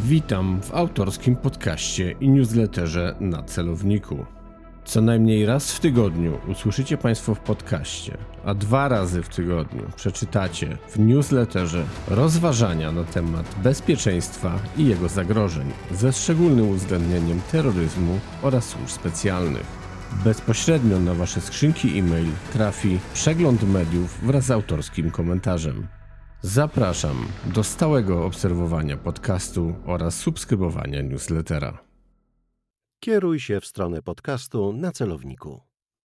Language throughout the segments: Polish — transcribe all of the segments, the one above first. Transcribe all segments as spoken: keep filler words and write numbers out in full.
Witam w autorskim podcaście i newsletterze na celowniku. Co najmniej raz w tygodniu usłyszycie Państwo w podcaście, a dwa razy w tygodniu przeczytacie w newsletterze rozważania na temat bezpieczeństwa i jego zagrożeń, ze szczególnym uwzględnieniem terroryzmu oraz służb specjalnych. Bezpośrednio na Wasze skrzynki e-mail trafi przegląd mediów wraz z autorskim komentarzem. Zapraszam do stałego obserwowania podcastu oraz subskrybowania newslettera. Kieruj się w stronę podcastu na celowniku.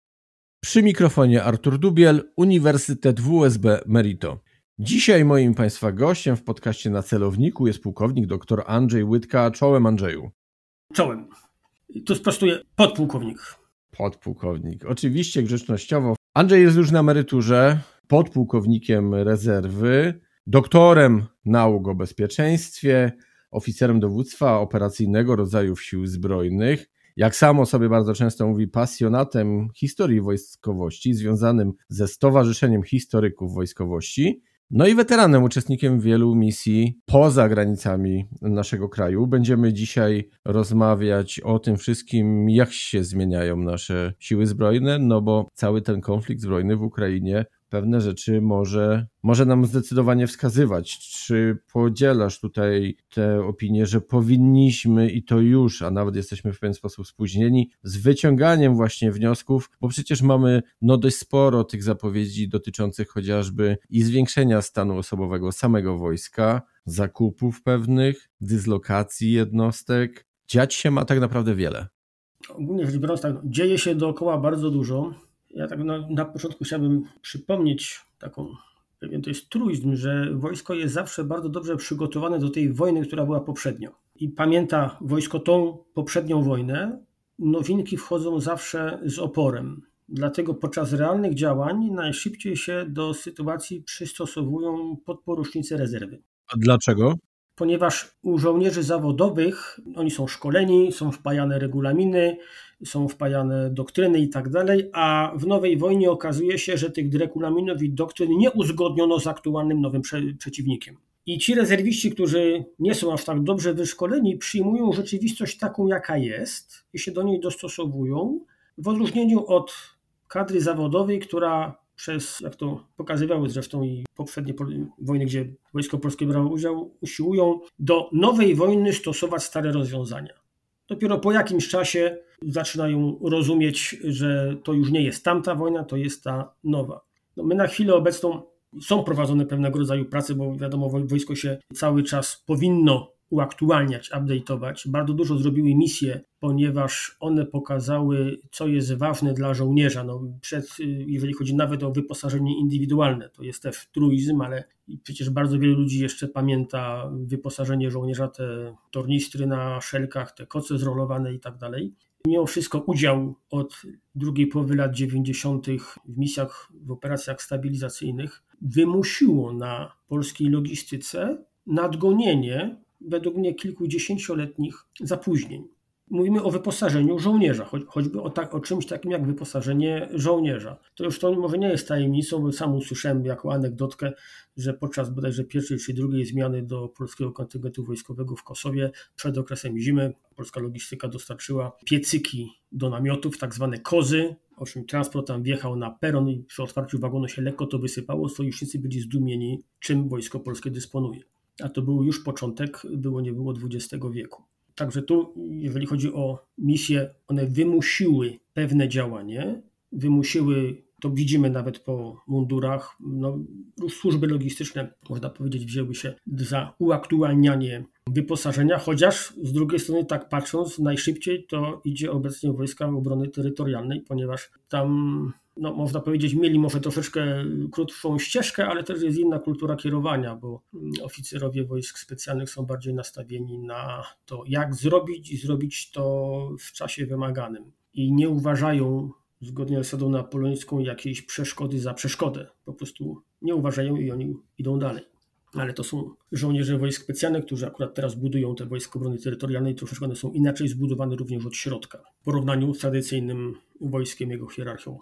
Przy mikrofonie Artur Dubiel, Uniwersytet W S B Merito. Dzisiaj moim Państwa gościem w podcaście na celowniku jest pułkownik dr Andrzej Łydka. Czołem, Andrzeju. Czołem. Tu sprostuję, podpułkownik. Podpułkownik. Oczywiście grzecznościowo. Andrzej jest już na emeryturze, podpułkownikiem rezerwy, doktorem nauk o bezpieczeństwie, oficerem dowództwa operacyjnego rodzajów sił zbrojnych. Jak samo sobie bardzo często mówi, pasjonatem historii wojskowości, związanym ze Stowarzyszeniem Historyków Wojskowości. No i weteranem, uczestnikiem wielu misji poza granicami naszego kraju. Będziemy dzisiaj rozmawiać o tym wszystkim, jak się zmieniają nasze siły zbrojne, no bo cały ten konflikt zbrojny w Ukrainie pewne rzeczy może, może nam zdecydowanie wskazywać. Czy podzielasz tutaj tę opinię, że powinniśmy i to już, a nawet jesteśmy w pewien sposób spóźnieni, z wyciąganiem właśnie wniosków, bo przecież mamy no dość sporo tych zapowiedzi dotyczących chociażby i zwiększenia stanu osobowego samego wojska, zakupów pewnych, dyslokacji jednostek. Dziać się ma tak naprawdę wiele. Ogólnie rzecz biorąc, tak, dzieje się dookoła bardzo dużo. Ja tak na, na początku chciałbym przypomnieć taką, pewien to jest truizm, że wojsko jest zawsze bardzo dobrze przygotowane do tej wojny, która była poprzednio. I pamięta wojsko tą poprzednią wojnę, nowinki wchodzą zawsze z oporem. Dlatego podczas realnych działań najszybciej się do sytuacji przystosowują podporucznicy rezerwy. A dlaczego? Ponieważ u żołnierzy zawodowych oni są szkoleni, są wpajane regulaminy, są wpajane doktryny i tak dalej, a w nowej wojnie okazuje się, że tych regulaminów i doktryn nie uzgodniono z aktualnym nowym prze- przeciwnikiem. I ci rezerwiści, którzy nie są aż tak dobrze wyszkoleni, przyjmują rzeczywistość taką, jaka jest i się do niej dostosowują, w odróżnieniu od kadry zawodowej, która przez, jak to pokazywały zresztą i poprzednie wojny, gdzie Wojsko Polskie brało udział, usiłują do nowej wojny stosować stare rozwiązania. Dopiero po jakimś czasie zaczynają rozumieć, że to już nie jest tamta wojna, to jest ta nowa. No my na chwilę obecną są prowadzone pewnego rodzaju prace, bo wiadomo, wojsko się cały czas powinno uaktualniać, update'ować. Bardzo dużo zrobiły misje, ponieważ one pokazały, co jest ważne dla żołnierza. No przed, jeżeli chodzi nawet o wyposażenie indywidualne, to jest też truizm, ale przecież bardzo wielu ludzi jeszcze pamięta wyposażenie żołnierza, te tornistry na szelkach, te koce zrolowane i tak dalej. Mimo wszystko udział od drugiej połowy lat dziewięćdziesiątych w misjach, w operacjach stabilizacyjnych wymusiło na polskiej logistyce nadgonienie według mnie kilkudziesięcioletnich zapóźnień. Mówimy o wyposażeniu żołnierza, cho- choćby o, ta- o czymś takim jak wyposażenie żołnierza. To już to może nie jest tajemnicą, bo sam usłyszałem jako anegdotkę, że podczas bodajże pierwszej czy drugiej zmiany do polskiego kontyngentu wojskowego w Kosowie przed okresem zimy polska logistyka dostarczyła piecyki do namiotów, tak zwane kozy, o czym transport tam wjechał na peron i przy otwarciu wagonu się lekko to wysypało. Sojusznicy byli zdumieni, czym Wojsko Polskie dysponuje. A to był już początek, było nie było dwudziestego wieku. Także tu, jeżeli chodzi o misje, one wymusiły pewne działanie, wymusiły, to widzimy nawet po mundurach, no, służby logistyczne, można powiedzieć, wzięły się za uaktualnianie wyposażenia, chociaż z drugiej strony, tak patrząc, najszybciej to idzie obecnie Wojska Obrony Terytorialnej, ponieważ tam, no, można powiedzieć, mieli może troszeczkę krótszą ścieżkę, ale też jest inna kultura kierowania, bo oficerowie wojsk specjalnych są bardziej nastawieni na to, jak zrobić i zrobić to w czasie wymaganym. I nie uważają, zgodnie z zasadą napoleońską, jakiejś przeszkody za przeszkodę. Po prostu nie uważają i oni idą dalej. Ale to są żołnierze wojsk specjalnych, którzy akurat teraz budują te Wojska Obrony Terytorialnej. Troszeczkę one są inaczej zbudowane również od środka w porównaniu z tradycyjnym wojskiem, jego hierarchią.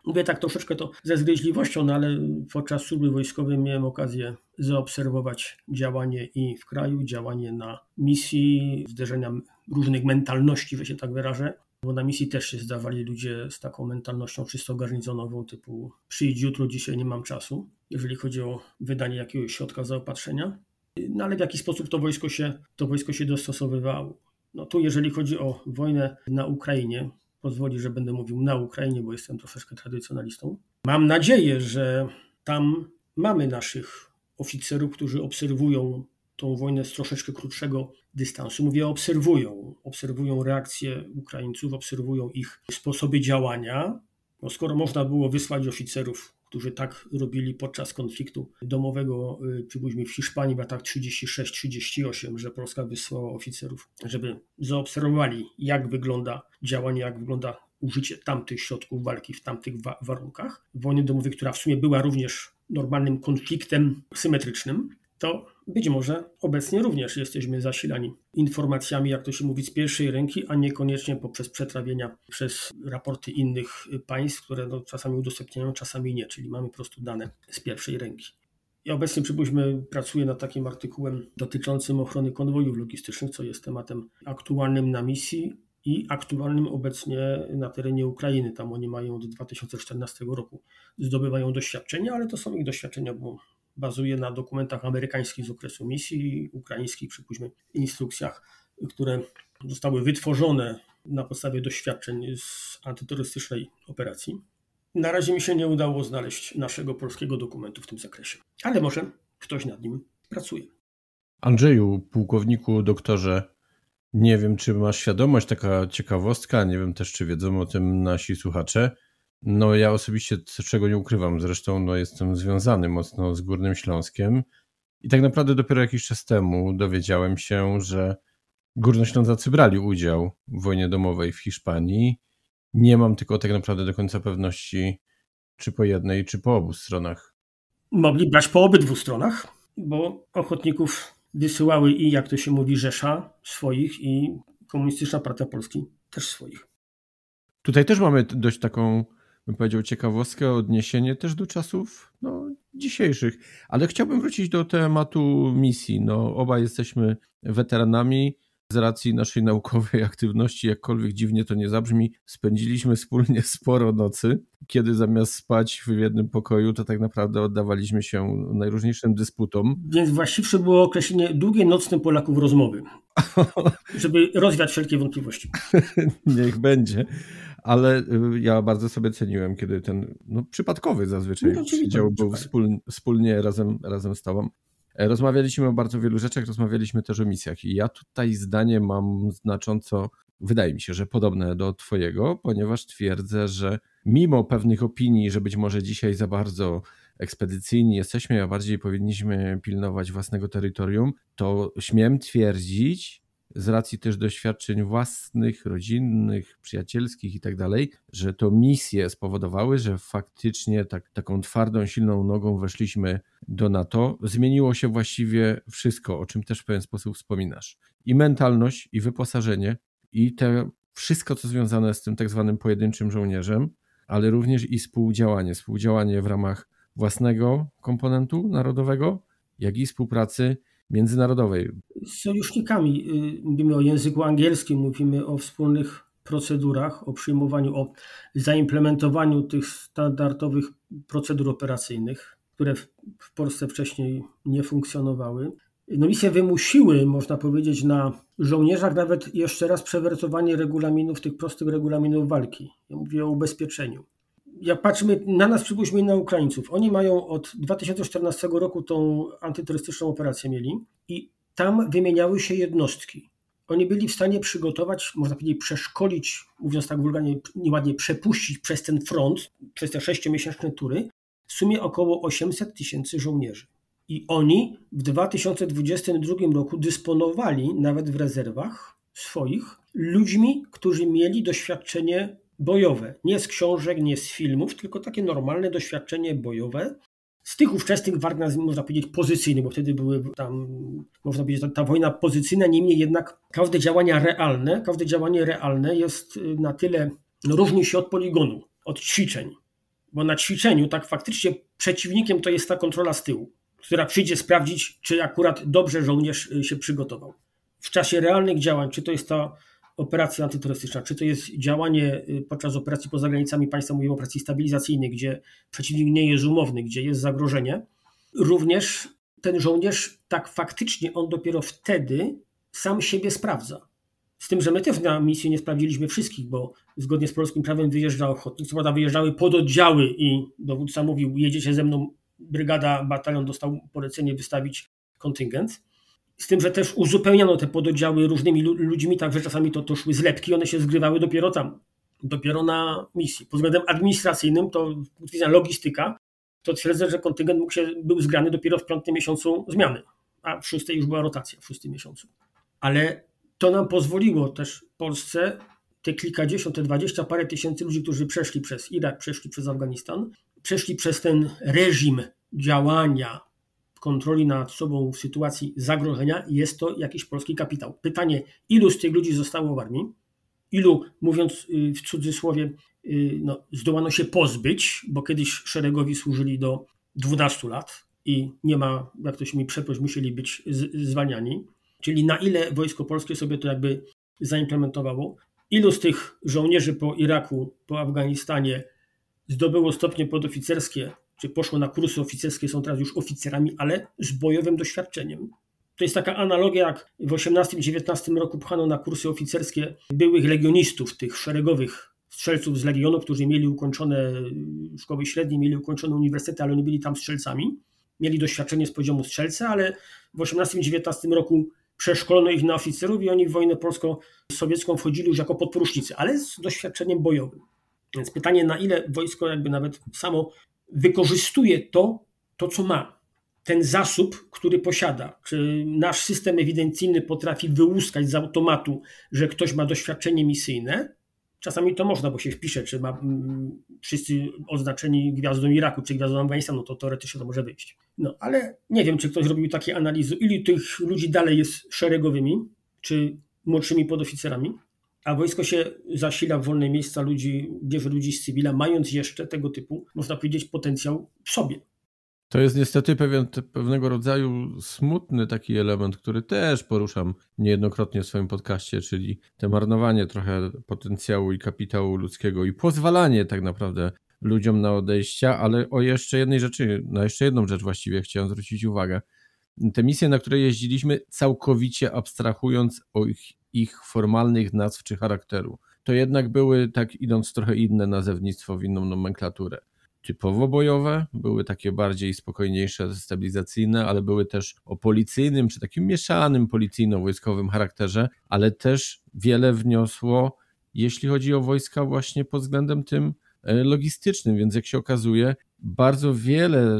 Mówię tak troszeczkę to ze zgryźliwością, no ale podczas służby wojskowej miałem okazję zaobserwować działanie i w kraju, działanie na misji, zderzenia różnych mentalności, że się tak wyrażę. Bo na misji też się zdawali ludzie z taką mentalnością czysto garnizonową, typu przyjdź jutro, dzisiaj nie mam czasu, jeżeli chodzi o wydanie jakiegoś środka zaopatrzenia. No ale w jaki sposób to wojsko się, to wojsko się dostosowywało. No tu jeżeli chodzi o wojnę na Ukrainie, pozwoli, że będę mówił na Ukrainie, bo jestem troszeczkę tradycjonalistą. Mam nadzieję, że tam mamy naszych oficerów, którzy obserwują tą wojnę z troszeczkę krótszego dystansu. Mówię, obserwują. Obserwują reakcje Ukraińców, obserwują ich sposoby działania. No, skoro można było wysłać oficerów, którzy tak robili podczas konfliktu domowego, przypuśćmy w Hiszpanii w latach trzydziestym szóstym trzydziestym ósmym, że Polska wysłała oficerów, żeby zaobserwowali, jak wygląda działanie, jak wygląda użycie tamtych środków walki w tamtych wa- warunkach. Wojny domowej, która w sumie była również normalnym konfliktem symetrycznym, to być może obecnie również jesteśmy zasilani informacjami, jak to się mówi, z pierwszej ręki, a niekoniecznie poprzez przetrawienia przez raporty innych państw, które no, czasami udostępniają, czasami nie, czyli mamy po prostu dane z pierwszej ręki. Ja obecnie, przypuśćmy, pracuję nad takim artykułem dotyczącym ochrony konwojów logistycznych, co jest tematem aktualnym na misji i aktualnym obecnie na terenie Ukrainy. Tam oni mają od dwa tysiące czternastego roku, zdobywają doświadczenia, ale to są ich doświadczenia, bo bazuje na dokumentach amerykańskich z okresu misji, ukraińskich, przypuśćmy, instrukcjach, które zostały wytworzone na podstawie doświadczeń z antyterrorystycznej operacji. Na razie mi się nie udało znaleźć naszego polskiego dokumentu w tym zakresie, ale może ktoś nad nim pracuje. Andrzeju, pułkowniku, doktorze, nie wiem, czy masz świadomość, taka ciekawostka, nie wiem też, czy wiedzą o tym nasi słuchacze. No ja osobiście, czego nie ukrywam, zresztą no, jestem związany mocno z Górnym Śląskiem i tak naprawdę dopiero jakiś czas temu dowiedziałem się, że Górnoślązacy brali udział w wojnie domowej w Hiszpanii. Nie mam tylko tak naprawdę do końca pewności, czy po jednej, czy po obu stronach. Mogli brać po obydwu stronach, bo ochotników wysyłały i, jak to się mówi, Rzesza swoich i Komunistyczna Partia Polski też swoich. Tutaj też mamy dość taką, bym powiedział, ciekawostkę, odniesienie też do czasów no, dzisiejszych. Ale chciałbym wrócić do tematu misji. No, obaj jesteśmy weteranami. Z racji naszej naukowej aktywności, jakkolwiek dziwnie to nie zabrzmi, spędziliśmy wspólnie sporo nocy, kiedy zamiast spać w jednym pokoju, to tak naprawdę oddawaliśmy się najróżniejszym dysputom. Więc właściwsze było określenie długie nocne Polaków rozmowy, żeby rozwiać wszelkie wątpliwości. Niech będzie, ale ja bardzo sobie ceniłem, kiedy ten no, przypadkowy zazwyczaj no, przydział był wspólnie, wspólnie razem, razem z tobą. Rozmawialiśmy o bardzo wielu rzeczach, rozmawialiśmy też o misjach i ja tutaj zdanie mam znacząco, wydaje mi się, że podobne do twojego, ponieważ twierdzę, że mimo pewnych opinii, że być może dzisiaj za bardzo ekspedycyjni jesteśmy, a bardziej powinniśmy pilnować własnego terytorium, to śmiem twierdzić, z racji też doświadczeń własnych, rodzinnych, przyjacielskich i tak dalej, że to misje spowodowały, że faktycznie tak, taką twardą, silną nogą weszliśmy do NATO. Zmieniło się właściwie wszystko, o czym też w pewien sposób wspominasz. I mentalność, i wyposażenie, i te wszystko, co związane z tym tak zwanym pojedynczym żołnierzem, ale również i współdziałanie. Współdziałanie w ramach własnego komponentu narodowego, jak i współpracy międzynarodowej. Z sojusznikami mówimy o języku angielskim, mówimy o wspólnych procedurach, o przyjmowaniu, o zaimplementowaniu tych standardowych procedur operacyjnych, które w Polsce wcześniej nie funkcjonowały. No misje wymusiły, można powiedzieć, na żołnierzach nawet jeszcze raz przewertowanie regulaminów, tych prostych regulaminów walki. Ja mówię o ubezpieczeniu. Jak patrzymy na nas, przypuśćmy na Ukraińców, oni mają od dwa tysiące czternastego roku tą antyterrorystyczną operację mieli i tam wymieniały się jednostki. Oni byli w stanie przygotować, można powiedzieć, przeszkolić, mówiąc tak wulgarnie, nieładnie, przepuścić przez ten front, przez te sześciomiesięczne tury, w sumie około osiemset tysięcy żołnierzy. I oni w dwa tysiące dwudziestym drugim roku dysponowali nawet w rezerwach swoich ludźmi, którzy mieli doświadczenie bojowe. Nie z książek, nie z filmów, tylko takie normalne doświadczenie bojowe. Z tych ówczesnych walk, można powiedzieć, pozycyjnych, bo wtedy były tam, można powiedzieć, ta, ta wojna pozycyjna, niemniej jednak każde działania realne, każde działanie realne jest na tyle, no, różni się od poligonu, od ćwiczeń. Bo na ćwiczeniu tak faktycznie przeciwnikiem to jest ta kontrola z tyłu, która przyjdzie sprawdzić, czy akurat dobrze żołnierz się przygotował. W czasie realnych działań, czy to jest ta operacja antyterrorystyczna, czy to jest działanie podczas operacji poza granicami państwa, mówimy o operacji stabilizacyjnej, gdzie przeciwnik nie jest umowny, gdzie jest zagrożenie, również ten żołnierz tak faktycznie on dopiero wtedy sam siebie sprawdza. Z tym, że my też na misji nie sprawdziliśmy wszystkich, bo zgodnie z polskim prawem wyjeżdża ochotnik, co prawda wyjeżdżały pododdziały i dowódca mówił, jedziecie ze mną, brygada, batalion dostał polecenie wystawić kontyngent. Z tym, że też uzupełniano te pododdziały różnymi ludźmi, także czasami to, to szły zlepki, one się zgrywały dopiero tam, dopiero na misji. Pod względem administracyjnym, to z punktu widzenia logistyka, to twierdzę, że kontyngent mógł się, był zgrany dopiero w piątym miesiącu zmiany, a w szóstej już była rotacja, w szóstym miesiącu. Ale to nam pozwoliło też Polsce te kilkadziesiąt, te dwadzieścia parę tysięcy ludzi, którzy przeszli przez Irak, przeszli przez Afganistan, przeszli przez ten reżim działania, kontroli nad sobą w sytuacji zagrożenia, jest to jakiś polski kapitał. Pytanie, ilu z tych ludzi zostało w armii, ilu, mówiąc w cudzysłowie, no, zdołano się pozbyć, bo kiedyś szeregowi służyli do dwunastu lat i nie ma, jak ktoś mi przeproś, musieli być z, zwalniani. Czyli na ile Wojsko Polskie sobie to jakby zaimplementowało, ilu z tych żołnierzy po Iraku, po Afganistanie zdobyło stopnie podoficerskie, czy poszło na kursy oficerskie, są teraz już oficerami, ale z bojowym doświadczeniem. To jest taka analogia, jak w osiemnastym dziewiętnastym roku pchano na kursy oficerskie byłych legionistów, tych szeregowych strzelców z Legionu, którzy mieli ukończone szkoły średnie, mieli ukończone uniwersytety, ale oni byli tam strzelcami. Mieli doświadczenie z poziomu strzelca, ale w osiemnastym dziewiętnastym roku przeszkolono ich na oficerów i oni w wojnę polsko-sowiecką wchodzili już jako podporucznicy, ale z doświadczeniem bojowym. Więc pytanie, na ile wojsko jakby nawet samo wykorzystuje to, to co ma. Ten zasób, który posiada. Czy nasz system ewidencyjny potrafi wyłuskać z automatu, że ktoś ma doświadczenie misyjne? Czasami to można, bo się wpisze, czy ma mm, wszyscy oznaczeni gwiazdą Iraku, czy gwiazdą Afganistanu, to teoretycznie to może wyjść. No, ale nie wiem, czy ktoś robił takie analizy, ilu tych ludzi dalej jest szeregowymi, czy młodszymi podoficerami, a wojsko się zasila w wolne miejsca ludzi, bierze ludzi z cywila, mając jeszcze tego typu, można powiedzieć, potencjał w sobie. To jest niestety pewien, pewnego rodzaju smutny taki element, który też poruszam niejednokrotnie w swoim podcaście, czyli te marnowanie trochę potencjału i kapitału ludzkiego i pozwalanie tak naprawdę ludziom na odejścia, ale o jeszcze jednej rzeczy, na jeszcze jedną rzecz właściwie chciałem zwrócić uwagę. Te misje, na które jeździliśmy, całkowicie abstrahując o ich, ich formalnych nazw czy charakteru, to jednak były, tak idąc trochę inne nazewnictwo, w inną nomenklaturę. Typowo bojowe, były takie bardziej spokojniejsze, stabilizacyjne, ale były też o policyjnym, czy takim mieszanym policyjno-wojskowym charakterze, ale też wiele wniosło, jeśli chodzi o wojska właśnie pod względem tym logistycznym, więc jak się okazuje, bardzo wiele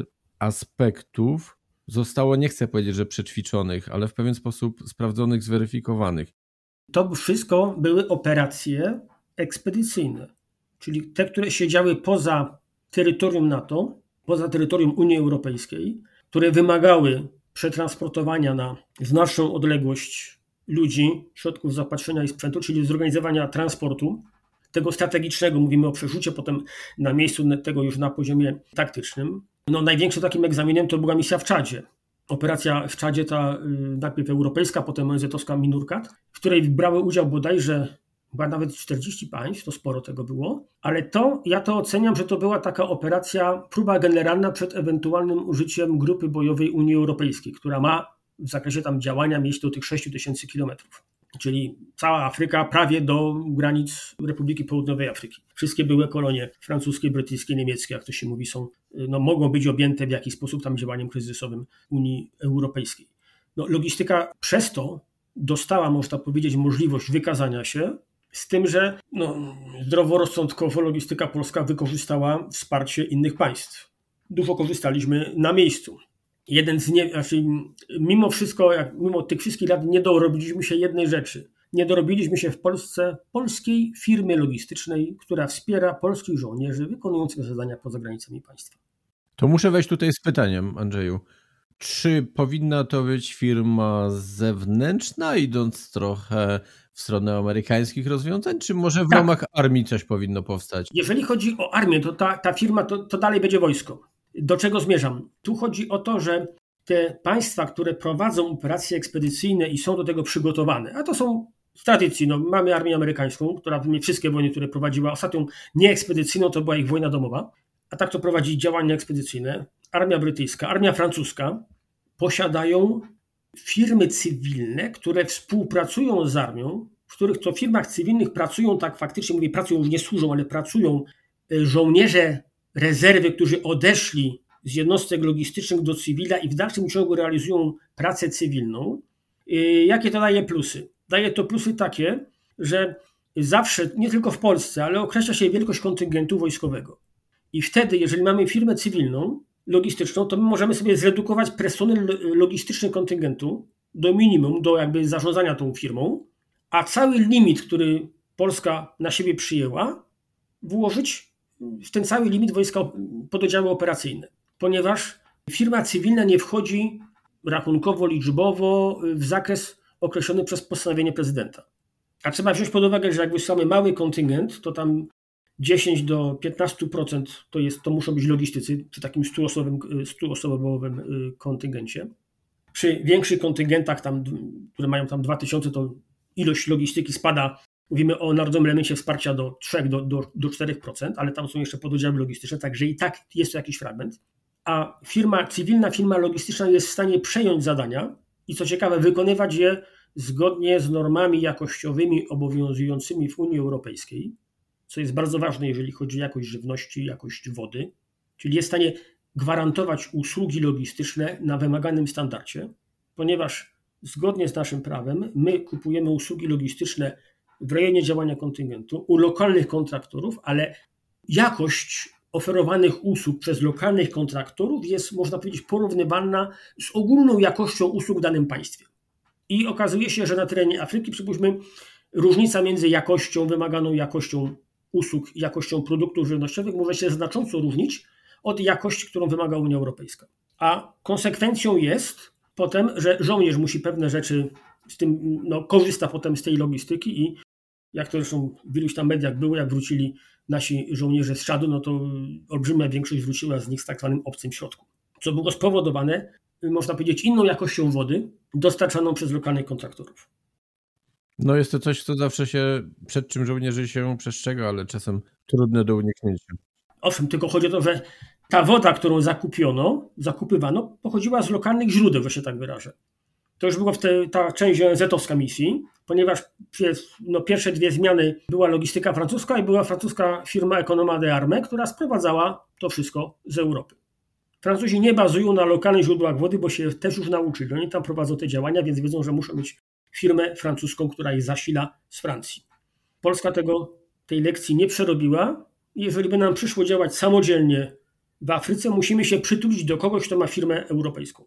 aspektów zostało, nie chcę powiedzieć, że przećwiczonych, ale w pewien sposób sprawdzonych, zweryfikowanych. To wszystko były operacje ekspedycyjne, czyli te, które się działy poza terytorium NATO, poza terytorium Unii Europejskiej, które wymagały przetransportowania na znaczną odległość ludzi, środków zaopatrzenia i sprzętu, czyli zorganizowania transportu, tego strategicznego, mówimy o przerzucie potem na miejscu tego już na poziomie taktycznym. No, największym takim egzaminem to była misja w Czadzie. Operacja w Czadzie, ta najpierw europejska, potem O N Z-owska MINURCAT, w której brały udział bodajże chyba nawet czterdzieści państw, to sporo tego było, ale to, ja to oceniam, że to była taka operacja, próba generalna przed ewentualnym użyciem grupy bojowej Unii Europejskiej, która ma w zakresie tam działania mieć do tych sześć tysięcy kilometrów. Czyli cała Afryka prawie do granic Republiki Południowej Afryki. Wszystkie były kolonie francuskie, brytyjskie, niemieckie, jak to się mówi, są, no, mogą być objęte w jakiś sposób tam działaniem kryzysowym Unii Europejskiej. No, logistyka przez to dostała, można powiedzieć, możliwość wykazania się, z tym, że no, zdroworozsądkowo logistyka polska wykorzystała wsparcie innych państw. Dużo korzystaliśmy na miejscu. Jeden z nie, znaczy, mimo wszystko, jak, mimo tych wszystkich lat nie dorobiliśmy się jednej rzeczy. Nie dorobiliśmy się w Polsce polskiej firmy logistycznej, która wspiera polskich żołnierzy wykonujących zadania poza granicami państwa. To muszę wejść tutaj z pytaniem, Andrzeju. Czy powinna to być firma zewnętrzna, idąc trochę w stronę amerykańskich rozwiązań, czy może w Tak. ramach armii coś powinno powstać? Jeżeli chodzi o armię, to ta, ta firma to, to dalej będzie wojsko. Do czego zmierzam? Tu chodzi o to, że te państwa, które prowadzą operacje ekspedycyjne i są do tego przygotowane, a to są z tradycji, no, mamy armię amerykańską, która wszystkie wojny, które prowadziła, ostatnią nieekspedycyjną to była ich wojna domowa, a tak to prowadzi działania ekspedycyjne. Armia brytyjska, armia francuska posiadają firmy cywilne, które współpracują z armią, w których to firmach cywilnych pracują, tak faktycznie mówię, pracują, już nie służą, ale pracują żołnierze rezerwy, którzy odeszli z jednostek logistycznych do cywila i w dalszym ciągu realizują pracę cywilną. Jakie to daje plusy? Daje to plusy takie, że zawsze, nie tylko w Polsce, ale określa się wielkość kontyngentu wojskowego. I wtedy, jeżeli mamy firmę cywilną, logistyczną, to my możemy sobie zredukować personel logistyczny kontyngentu do minimum, do jakby zarządzania tą firmą, a cały limit, który Polska na siebie przyjęła, włożyć w ten cały limit wojska pododdziały operacyjne. Ponieważ firma cywilna nie wchodzi rachunkowo, liczbowo w zakres określony przez postanowienie prezydenta. A trzeba wziąć pod uwagę, że jak wysyłamy mały kontyngent, to tam dziesięć do piętnastu procent to, jest, to muszą być logistycy przy takim stuosobowym kontyngencie. Przy większych kontyngentach, tam, które mają tam dwa tysiące, to ilość logistyki spada. Mówimy o narodowym elemencie wsparcia do trzech do, do, do czterech procent, ale tam są jeszcze pododdziały logistyczne, także i tak jest to jakiś fragment. A firma cywilna, firma logistyczna jest w stanie przejąć zadania i co ciekawe wykonywać je zgodnie z normami jakościowymi obowiązującymi w Unii Europejskiej, co jest bardzo ważne, jeżeli chodzi o jakość żywności, jakość wody, czyli jest w stanie gwarantować usługi logistyczne na wymaganym standardzie, ponieważ zgodnie z naszym prawem my kupujemy usługi logistyczne w rejonie działania kontyngentu u lokalnych kontraktorów, ale jakość oferowanych usług przez lokalnych kontraktorów jest, można powiedzieć, porównywalna z ogólną jakością usług w danym państwie. I okazuje się, że na terenie Afryki, przypuśćmy, różnica między jakością, wymaganą jakością usług i jakością produktów żywnościowych może się znacząco różnić od jakości, którą wymaga Unia Europejska. A konsekwencją jest potem, że żołnierz musi pewne rzeczy z tym, no, korzysta potem z tej logistyki i jak to zresztą w iluś tam mediach było, jak wrócili nasi żołnierze z Czadu, no to olbrzymia większość wróciła z nich z tak zwanym obcym środku. Co było spowodowane, można powiedzieć, inną jakością wody dostarczaną przez lokalnych kontraktorów. No jest to coś, co zawsze się, przed czym żołnierzy się przestrzega, ale czasem trudne do uniknięcia. Owszem, tylko chodzi o to, że ta woda, którą zakupiono, zakupywano, pochodziła z lokalnych źródeł, że się tak wyrażę. To już była w te, ta część O N Z-owska misji, ponieważ przez, no, pierwsze dwie zmiany była logistyka francuska i była francuska firma Economa des Armées, która sprowadzała to wszystko z Europy. Francuzi nie bazują na lokalnych źródłach wody, bo się też już nauczyli. Oni tam prowadzą te działania, więc wiedzą, że muszą mieć firmę francuską, która ich zasila z Francji. Polska tego, tej lekcji nie przerobiła. Jeżeli by nam przyszło działać samodzielnie w Afryce, musimy się przytulić do kogoś, kto ma firmę europejską.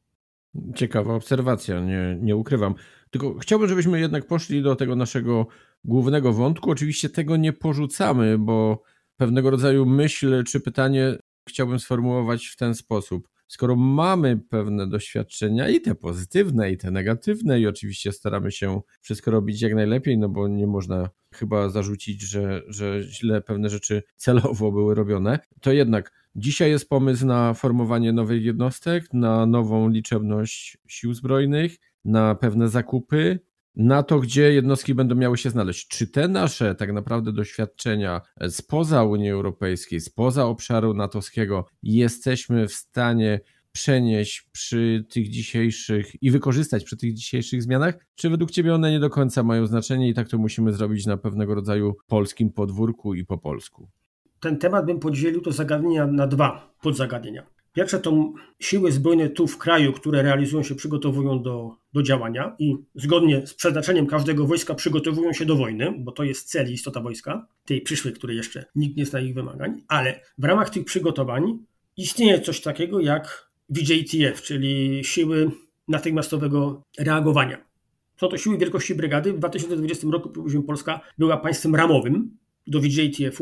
Ciekawa obserwacja, nie, nie ukrywam. Tylko chciałbym, żebyśmy jednak poszli do tego naszego głównego wątku. Oczywiście tego nie porzucamy, bo pewnego rodzaju myśl czy pytanie chciałbym sformułować w ten sposób. Skoro mamy pewne doświadczenia i te pozytywne, i te negatywne i oczywiście staramy się wszystko robić jak najlepiej, no bo nie można chyba zarzucić, że, że źle pewne rzeczy celowo były robione, to jednak dzisiaj jest pomysł na formowanie nowych jednostek, na nową liczebność sił zbrojnych, na pewne zakupy, na to, gdzie jednostki będą miały się znaleźć. Czy te nasze tak naprawdę doświadczenia spoza Unii Europejskiej, spoza obszaru natowskiego jesteśmy w stanie przenieść przy tych dzisiejszych i wykorzystać przy tych dzisiejszych zmianach? Czy według Ciebie one nie do końca mają znaczenie i tak to musimy zrobić na pewnego rodzaju polskim podwórku i po polsku? Ten temat bym podzielił to zagadnienia na dwa podzagadnienia. Pierwsze to siły zbrojne tu w kraju, które realizują się, przygotowują do, do działania i zgodnie z przeznaczeniem każdego wojska przygotowują się do wojny, bo to jest cel i istota wojska, tej przyszłej, której jeszcze nikt nie zna ich wymagań, ale w ramach tych przygotowań istnieje coś takiego jak V J T F, czyli siły natychmiastowego reagowania. Są to siły wielkości brygady. W dwa tysiące dwudziestym roku Polska była państwem ramowym do V J T F-u.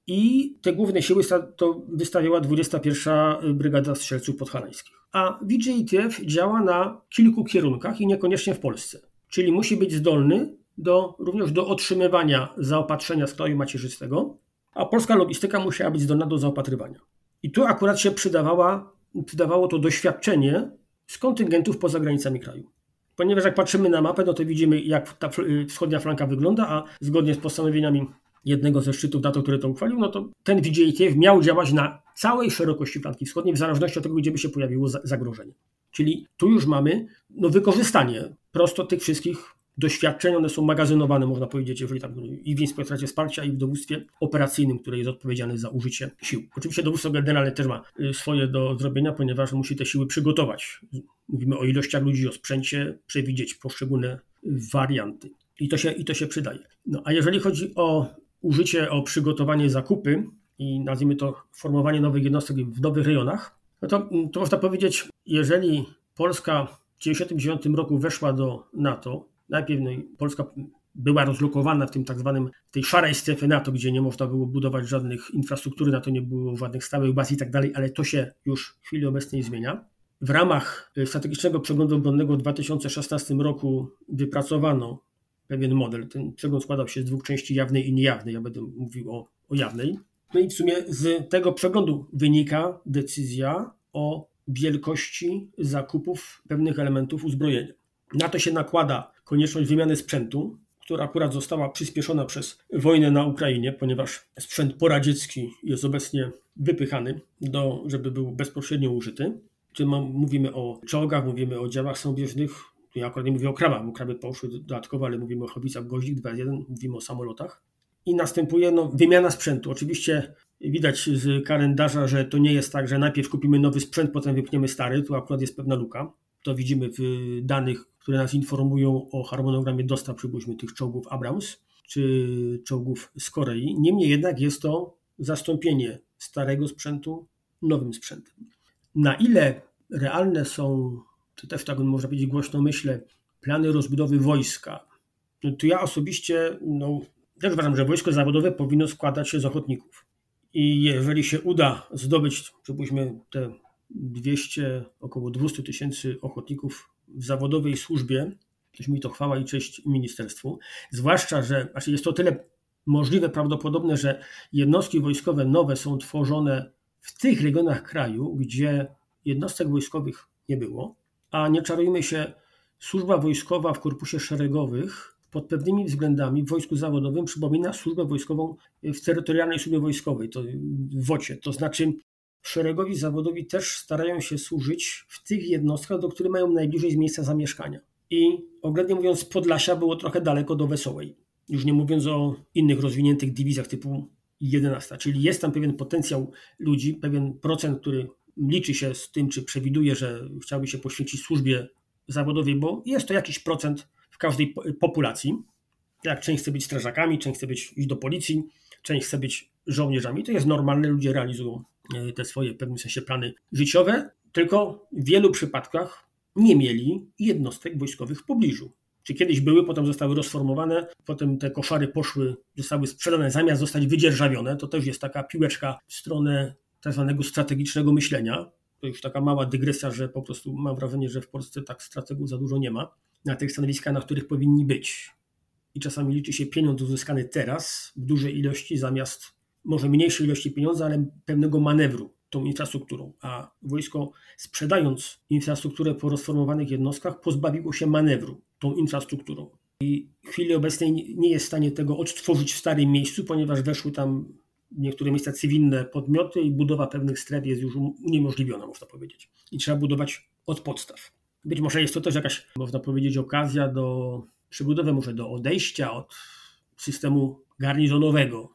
i te główne siły to wystawiała dwudziesta pierwsza Brygada Strzelców Podhalańskich. A V J T F działa na kilku kierunkach i niekoniecznie w Polsce. Czyli musi być zdolny do, również do otrzymywania zaopatrzenia z kraju macierzystego, a polska logistyka musiała być zdolna do zaopatrywania. I tu akurat się przydawała, przydawało to doświadczenie z kontyngentów poza granicami kraju. Ponieważ jak patrzymy na mapę, no to widzimy, jak ta wschodnia flanka wygląda, a zgodnie z postanowieniami jednego ze szczytów NATO, który to uchwalił, no to ten V J T F miał działać na całej szerokości flanki wschodniej, w zależności od tego, gdzie by się pojawiło zagrożenie. Czyli tu już mamy no, wykorzystanie prosto tych wszystkich doświadczeń, one są magazynowane, można powiedzieć, jeżeli tam i w Inspektoracie Wsparcia, i w dowództwie operacyjnym, który jest odpowiedzialny za użycie sił. Oczywiście dowództwo generalne też ma swoje do zrobienia, ponieważ musi te siły przygotować. Mówimy o ilościach ludzi, o sprzęcie, przewidzieć poszczególne warianty. I to się, i to się przydaje. No, a jeżeli chodzi o użycie, o przygotowanie, zakupy i nazwijmy to formowanie nowych jednostek w nowych rejonach, no to, to można powiedzieć, jeżeli Polska w tysiąc dziewięćset dziewięćdziesiątym dziewiątym roku weszła do NATO, najpierw no, Polska była rozlokowana w tym tak zwanym, tej szarej strefie NATO, gdzie nie można było budować żadnych infrastruktury, na to nie było żadnych stałych baz i tak dalej, ale to się już w chwili obecnej zmienia. W ramach strategicznego przeglądu obronnego w dwa tysiące szesnastym roku wypracowano pewien model. Ten przegląd składał się z dwóch części, jawnej i niejawnej. Ja będę mówił o, o jawnej. No i w sumie z tego przeglądu wynika decyzja o wielkości zakupów pewnych elementów uzbrojenia. Na to się nakłada konieczność wymiany sprzętu, która akurat została przyspieszona przez wojnę na Ukrainie, ponieważ sprzęt poradziecki jest obecnie wypychany, do, żeby był bezpośrednio użyty. Czy mówimy o czołgach, mówimy o działach samobieżnych. Ja akurat nie mówię o krabach, bo kraby poszły dodatkowo, ale mówimy o haubicach Goździk dwa jeden, mówimy o samolotach. I następuje no, wymiana sprzętu. Oczywiście widać z kalendarza, że to nie jest tak, że najpierw kupimy nowy sprzęt, potem wypniemy stary. Tu akurat jest pewna luka. To widzimy w danych, które nas informują o harmonogramie dostaw, przypuśćmy, tych czołgów Abrams czy czołgów z Korei. Niemniej jednak jest to zastąpienie starego sprzętu nowym sprzętem. Na ile realne są, czy też tak można powiedzieć głośno myślę, plany rozbudowy wojska, no to ja osobiście no, też uważam, że wojsko zawodowe powinno składać się z ochotników. I jeżeli się uda zdobyć, przypuśćmy, te dwieście, około dwieście tysięcy ochotników w zawodowej służbie, to mi to chwała i cześć ministerstwu, zwłaszcza, że znaczy jest to tyle możliwe, prawdopodobne, że jednostki wojskowe nowe są tworzone w tych regionach kraju, gdzie jednostek wojskowych nie było, a nie czarujmy się, służba wojskowa w korpusie szeregowych pod pewnymi względami w wojsku zawodowym przypomina służbę wojskową w terytorialnej służbie wojskowej, to w wocie. To znaczy szeregowi zawodowi też starają się służyć w tych jednostkach, do których mają najbliżej z miejsca zamieszkania. I oględnie mówiąc, z Podlasia było trochę daleko do Wesołej. Już nie mówiąc o innych rozwiniętych dywizjach typu jedenaście. Czyli jest tam pewien potencjał ludzi, pewien procent, który liczy się z tym, czy przewiduje, że chciałby się poświęcić służbie zawodowej, bo jest to jakiś procent w każdej populacji. Jak część chce być strażakami, część chce być, iść do policji, część chce być żołnierzami. To jest normalne, ludzie realizują te swoje w pewnym sensie plany życiowe, tylko w wielu przypadkach nie mieli jednostek wojskowych w pobliżu. Czy kiedyś były, potem zostały rozformowane, potem te koszary poszły, zostały sprzedane zamiast zostać wydzierżawione. To też jest taka piłeczka w stronę tak zwanego strategicznego myślenia. To już taka mała dygresja, że po prostu mam wrażenie, że w Polsce tak strategów za dużo nie ma na tych stanowiskach, na których powinni być. I czasami liczy się pieniądz uzyskany teraz w dużej ilości zamiast może mniejszej ilości pieniądza, ale pewnego manewru tą infrastrukturą. A wojsko, sprzedając infrastrukturę po rozformowanych jednostkach, pozbawiło się manewru tą infrastrukturą. I w chwili obecnej nie jest w stanie tego odtworzyć w starym miejscu, ponieważ weszły tam niektóre miejsca cywilne podmioty i budowa pewnych stref jest już uniemożliwiona, można powiedzieć. I trzeba budować od podstaw. Być może jest to też jakaś, można powiedzieć, okazja do przebudowy, może do odejścia od systemu garnizonowego,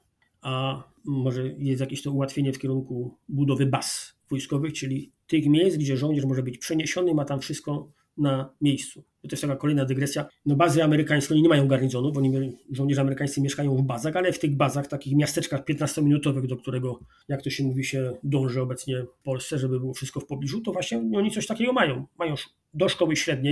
a może jest jakieś to ułatwienie w kierunku budowy baz wojskowych, czyli tych miejsc, gdzie żołnierz może być przeniesiony, ma tam wszystko na miejscu. To też taka kolejna dygresja. No bazy amerykańskie, oni nie mają garnizonów, oni żołnierze amerykańscy mieszkają w bazach, ale w tych bazach, takich miasteczkach piętnastominutowych, do którego, jak to się mówi, się dąży obecnie w Polsce, żeby było wszystko w pobliżu, to właśnie oni coś takiego mają. Mają do szkoły średniej,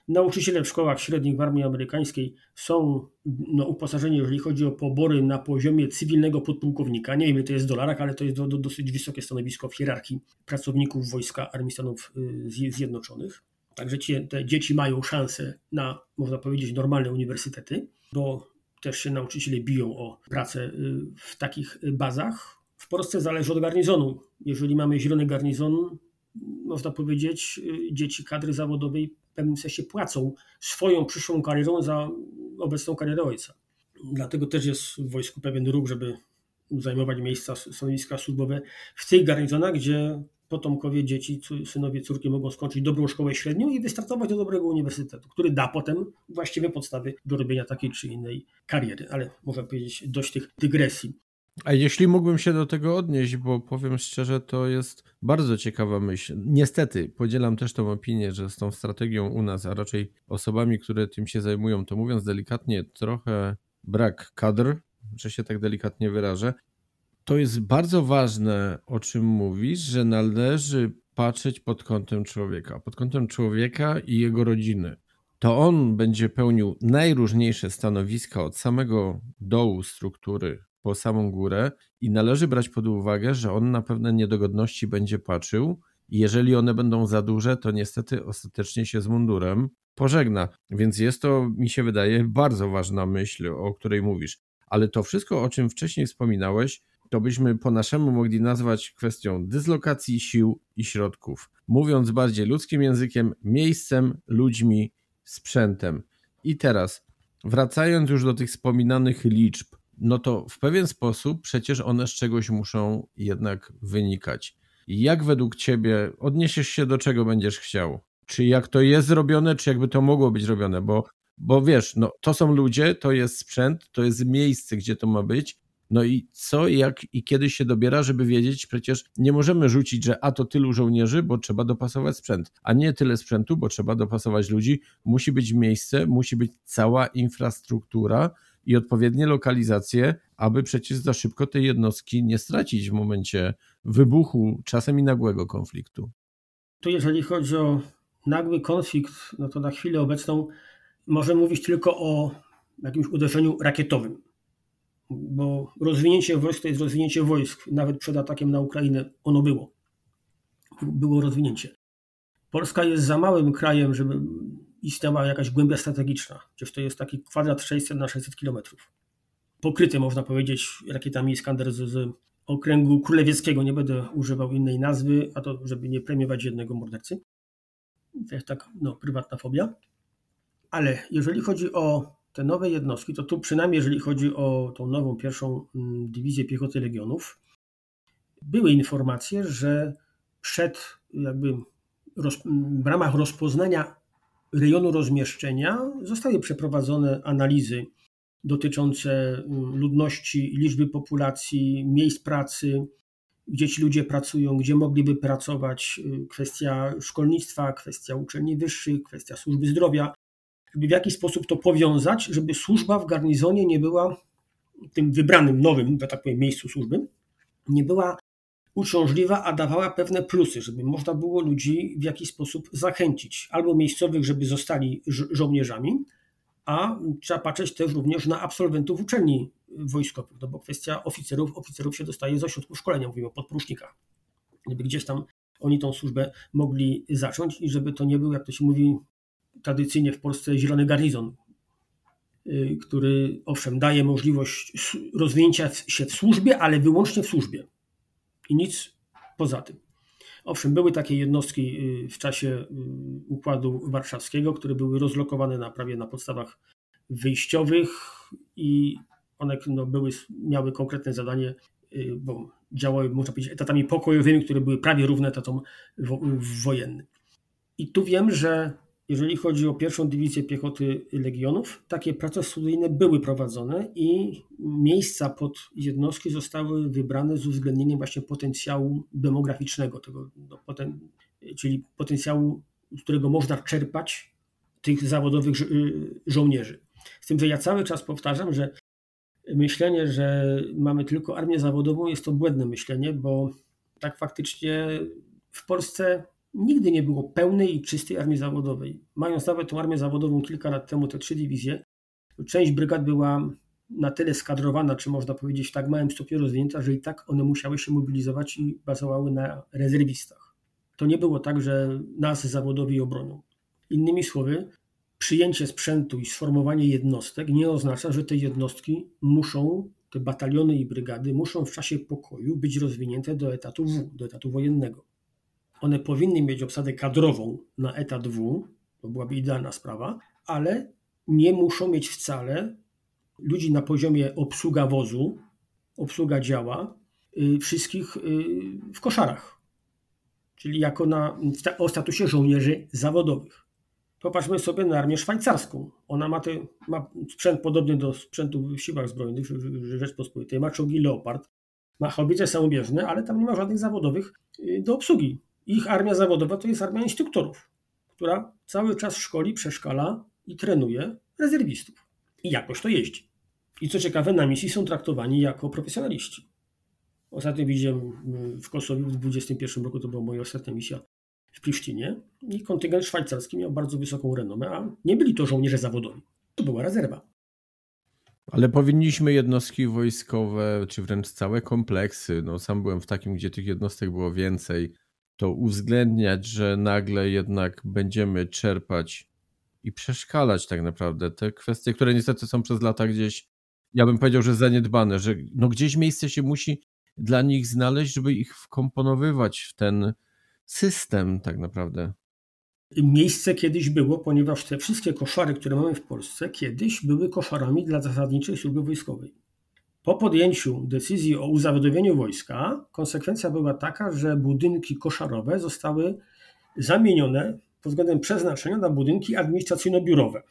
Nauczyciele w szkołach średnich w armii amerykańskiej są no, uposażeni, jeżeli chodzi o pobory, na poziomie cywilnego podpułkownika. Nie wiem, ile to jest w dolarach, ale to jest do, do, dosyć wysokie stanowisko w hierarchii pracowników wojska Armii Stanów Zjednoczonych. Także ci, te dzieci mają szansę na, można powiedzieć, normalne uniwersytety, bo też się nauczyciele biją o pracę w takich bazach. W Polsce zależy od garnizonu. Jeżeli mamy zielony garnizon, można powiedzieć, dzieci kadry zawodowej w pewnym sensie płacą swoją przyszłą karierą za obecną karierę ojca. Dlatego też jest w wojsku pewien ruch, żeby zajmować miejsca, stanowiska służbowe w tych garnizonach, gdzie potomkowie dzieci, synowie, córki mogą skończyć dobrą szkołę średnią i wystartować do dobrego uniwersytetu, który da potem właściwe podstawy do robienia takiej czy innej kariery. Ale można powiedzieć, dość tych dygresji. A jeśli mógłbym się do tego odnieść, bo powiem szczerze, to jest bardzo ciekawa myśl. Niestety, podzielam też tą opinię, że z tą strategią u nas, a raczej osobami, które tym się zajmują, to mówiąc delikatnie, trochę brak kadr, że się tak delikatnie wyrażę. To jest bardzo ważne, o czym mówisz, że należy patrzeć pod kątem człowieka, pod kątem człowieka i jego rodziny. To on będzie pełnił najróżniejsze stanowiska od samego dołu struktury po samą górę i należy brać pod uwagę, że on na pewne niedogodności będzie patrzył i jeżeli one będą za duże, to niestety ostatecznie się z mundurem pożegna. Więc jest to, mi się wydaje, bardzo ważna myśl, o której mówisz. Ale to wszystko, o czym wcześniej wspominałeś, to byśmy po naszemu mogli nazwać kwestią dyslokacji sił i środków. Mówiąc bardziej ludzkim językiem, miejscem, ludźmi, sprzętem. I teraz, wracając już do tych wspominanych liczb, no to w pewien sposób przecież one z czegoś muszą jednak wynikać. Jak według Ciebie odniesiesz się do czego będziesz chciał? Czy jak to jest zrobione, czy jakby to mogło być zrobione? Bo, bo wiesz, no to są ludzie, to jest sprzęt, to jest miejsce, gdzie to ma być. No i co, jak i kiedy się dobiera, żeby wiedzieć, przecież nie możemy rzucić, że a to tylu żołnierzy, bo trzeba dopasować sprzęt, a nie tyle sprzętu, bo trzeba dopasować ludzi. Musi być miejsce, musi być cała infrastruktura i odpowiednie lokalizacje, aby przecież za szybko tej jednostki nie stracić w momencie wybuchu, czasem i nagłego konfliktu. Tu jeżeli chodzi o nagły konflikt, no to na chwilę obecną możemy mówić tylko o jakimś uderzeniu rakietowym, bo rozwinięcie wojsk to jest rozwinięcie wojsk. Nawet przed atakiem na Ukrainę ono było. Było rozwinięcie. Polska jest za małym krajem, żeby istniała jakaś głębia strategiczna. Przecież to jest taki kwadrat sześćset na sześćset kilometrów. Pokryty, można powiedzieć, rakietami Iskander z, z okręgu królewieckiego. Nie będę używał innej nazwy, a to żeby nie premiować jednego mordercy. To jest tak, no, prywatna fobia. Ale jeżeli chodzi o te nowe jednostki, to tu przynajmniej jeżeli chodzi o tą nową pierwszą dywizję piechoty Legionów, były informacje, że przed jakby roz, w ramach rozpoznania rejonu rozmieszczenia zostały przeprowadzone analizy dotyczące ludności, liczby populacji, miejsc pracy, gdzie ci ludzie pracują, gdzie mogliby pracować, kwestia szkolnictwa, kwestia uczelni wyższych, kwestia służby zdrowia, żeby w jakiś sposób to powiązać, żeby służba w garnizonie nie była tym wybranym, nowym, że tak powiem, miejscu służby, nie była uciążliwa, a dawała pewne plusy, żeby można było ludzi w jakiś sposób zachęcić, albo miejscowych, żeby zostali żo- żołnierzami, a trzeba patrzeć też również na absolwentów uczelni wojskowych, no bo kwestia oficerów, oficerów się dostaje z ośrodków szkolenia, mówimy o podporucznikach, żeby gdzieś tam oni tą służbę mogli zacząć i żeby to nie był, jak to się mówi tradycyjnie w Polsce, zielony garnizon, który owszem daje możliwość rozwinięcia się w służbie, ale wyłącznie w służbie i nic poza tym. Owszem, były takie jednostki w czasie Układu Warszawskiego, które były rozlokowane na, prawie na podstawach wyjściowych i one no, były, miały konkretne zadanie, bo działały, można powiedzieć, etatami pokojowymi, które były prawie równe etatom wo- wojennym. I tu wiem, że jeżeli chodzi o pierwszą dywizję piechoty Legionów, takie prace studyjne były prowadzone i miejsca pod jednostki zostały wybrane z uwzględnieniem właśnie potencjału demograficznego, tego, no, poten, czyli potencjału, z którego można czerpać tych zawodowych żo- żołnierzy. Z tym, że ja cały czas powtarzam, że myślenie, że mamy tylko armię zawodową jest to błędne myślenie, bo tak faktycznie w Polsce nigdy nie było pełnej i czystej armii zawodowej. Mając nawet tą armię zawodową kilka lat temu, te trzy dywizje, część brygad była na tyle skadrowana, czy można powiedzieć w tak małym stopniu rozwinięta, że i tak one musiały się mobilizować i bazowały na rezerwistach. To nie było tak, że nas zawodowi obronią. Innymi słowy, przyjęcie sprzętu i sformowanie jednostek nie oznacza, że te jednostki muszą, te bataliony i brygady muszą w czasie pokoju być rozwinięte do etatu W, do etatu wojennego. One powinny mieć obsadę kadrową na etat W, to byłaby idealna sprawa, ale nie muszą mieć wcale ludzi na poziomie obsługa wozu, obsługa działa, yy, wszystkich yy, w koszarach, czyli jako na, o statusie żołnierzy zawodowych. Popatrzmy sobie na armię szwajcarską. Ona ma, te, ma sprzęt podobny do sprzętu w siłach zbrojnych Rzeczpospolitej, ma czołgi Leopard, ma haubice samobieżne, ale tam nie ma żadnych zawodowych yy, do obsługi. Ich armia zawodowa to jest armia instruktorów, która cały czas szkoli, przeszkala i trenuje rezerwistów. I jakoś to jeździ. I co ciekawe, na misji są traktowani jako profesjonaliści. Ostatnio widziałem w Kosowie w dwudziestym pierwszym roku, to była moja ostatnia misja w Prisztinie, i kontyngent szwajcarski miał bardzo wysoką renomę, a nie byli to żołnierze zawodowi. To była rezerwa. Ale powinniśmy jednostki wojskowe, czy wręcz całe kompleksy, no sam byłem w takim, gdzie tych jednostek było więcej, to uwzględniać, że nagle jednak będziemy czerpać i przeszkalać tak naprawdę te kwestie, które niestety są przez lata gdzieś, ja bym powiedział, że zaniedbane, że no gdzieś miejsce się musi dla nich znaleźć, żeby ich wkomponowywać w ten system tak naprawdę. Miejsce kiedyś było, ponieważ te wszystkie koszary, które mamy w Polsce, kiedyś były koszarami dla zasadniczej służby wojskowej. Po podjęciu decyzji o uzawodowieniu wojska konsekwencja była taka, że budynki koszarowe zostały zamienione pod względem przeznaczenia na budynki administracyjno-biurowe.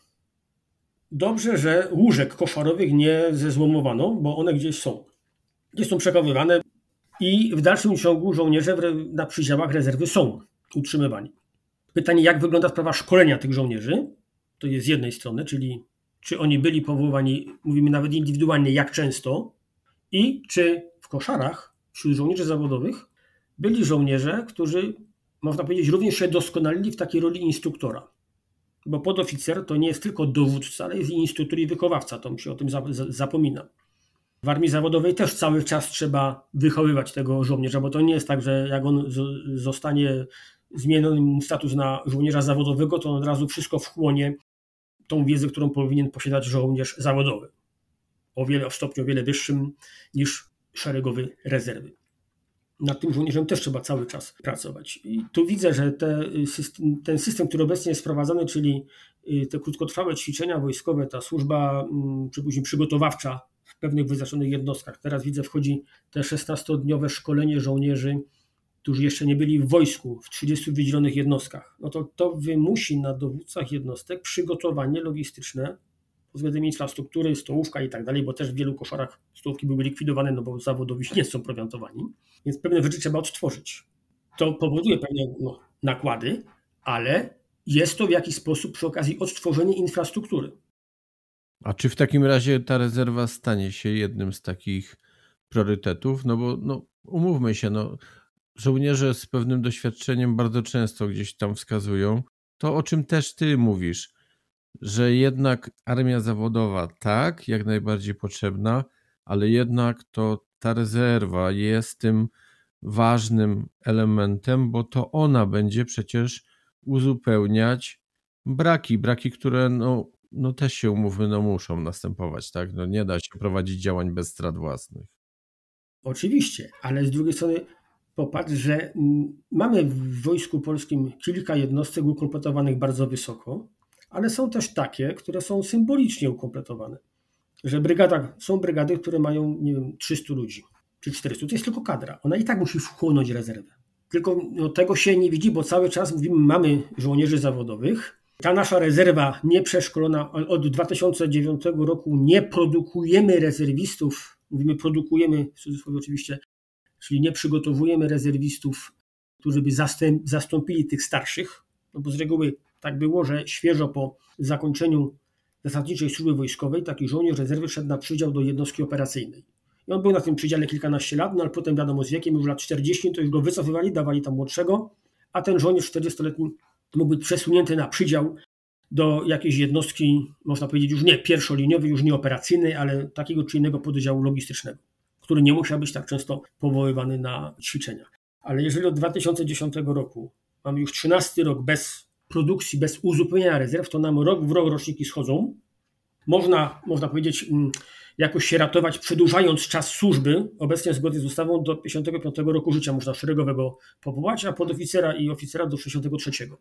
Dobrze, że łóżek koszarowych nie zezłomowano, bo one gdzieś są. Gdzieś są przechowywane i w dalszym ciągu żołnierze na przydziałach rezerwy są utrzymywani. Pytanie, jak wygląda sprawa szkolenia tych żołnierzy, to jest z jednej strony, czyli czy oni byli powoływani, mówimy nawet indywidualnie, jak często, i czy w koszarach wśród żołnierzy zawodowych byli żołnierze, którzy, można powiedzieć, również się doskonalili w takiej roli instruktora. Bo podoficer to nie jest tylko dowódca, ale jest i instruktor i wychowawca, to mi się o tym zapomina. W armii zawodowej też cały czas trzeba wychowywać tego żołnierza, bo to nie jest tak, że jak on zostanie zmieniony mu status na żołnierza zawodowego, to on od razu wszystko wchłonie tą wiedzę, którą powinien posiadać żołnierz zawodowy. O wiele, o stopniu o wiele wyższym niż szeregowy rezerwy. Nad tym żołnierzem też trzeba cały czas pracować. I tu widzę, że te system, ten system, który obecnie jest wprowadzany, czyli te krótkotrwałe ćwiczenia wojskowe, ta służba czy później przygotowawcza w pewnych wyznaczonych jednostkach. Teraz widzę, wchodzi te szesnastodniowe szkolenie żołnierzy, którzy jeszcze nie byli w wojsku, w trzydziestu wydzielonych jednostkach. No to to wymusi na dowódcach jednostek przygotowanie logistyczne pod względem infrastruktury, stołówka i tak dalej, bo też w wielu koszarach stołówki były likwidowane, no bo zawodowi nie są prowiantowani, więc pewne rzeczy trzeba odtworzyć. To powoduje pewne no, nakłady, ale jest to w jakiś sposób przy okazji odtworzenie infrastruktury. A czy w takim razie ta rezerwa stanie się jednym z takich priorytetów? No bo no, umówmy się, no, żołnierze z pewnym doświadczeniem bardzo często gdzieś tam wskazują to, o czym też ty mówisz, że jednak armia zawodowa tak, jak najbardziej potrzebna, ale jednak to ta rezerwa jest tym ważnym elementem, bo to ona będzie przecież uzupełniać braki, braki, które no, no też się umówmy, no muszą następować, tak? No nie da się prowadzić działań bez strat własnych. Oczywiście, ale z drugiej strony popatrz, że mamy w Wojsku Polskim kilka jednostek ukompletowanych bardzo wysoko, ale są też takie, które są symbolicznie ukompletowane. Że brygada, są brygady, które mają, nie wiem, trzystu ludzi czy czterystu. To jest tylko kadra. Ona i tak musi wchłonąć rezerwę. Tylko no, tego się nie widzi, bo cały czas mówimy, mamy żołnierzy zawodowych. Ta nasza rezerwa nieprzeszkolona od dwa tysiące dziewiątego roku nie produkujemy rezerwistów. Mówimy produkujemy, w cudzysłowie oczywiście, czyli nie przygotowujemy rezerwistów, którzy by zastęp, zastąpili tych starszych. No bo z reguły tak było, że świeżo po zakończeniu zasadniczej służby wojskowej taki żołnierz rezerwy szedł na przydział do jednostki operacyjnej. I on był na tym przydziale kilkanaście lat, no ale potem wiadomo z wiekiem, już lat czterdzieści, to już go wycofywali, dawali tam młodszego, a ten żołnierz czterdziestoletni mógł być przesunięty na przydział do jakiejś jednostki, można powiedzieć już nie pierwszoliniowej, już nie operacyjnej, ale takiego czy innego pododdziału logistycznego, który nie musiał być tak często powoływany na ćwiczenia. Ale jeżeli od dwa tysiące dziesiątego roku mamy już trzynasty rok bez produkcji, bez uzupełnienia rezerw, to nam rok w rok roczniki schodzą. Można, można powiedzieć, jakoś się ratować, przedłużając czas służby. Obecnie zgodnie z ustawą do pięćdziesiątego piątego roku życia można szeregowego powołać, a podoficera i oficera do sześćdziesiątego trzeciego.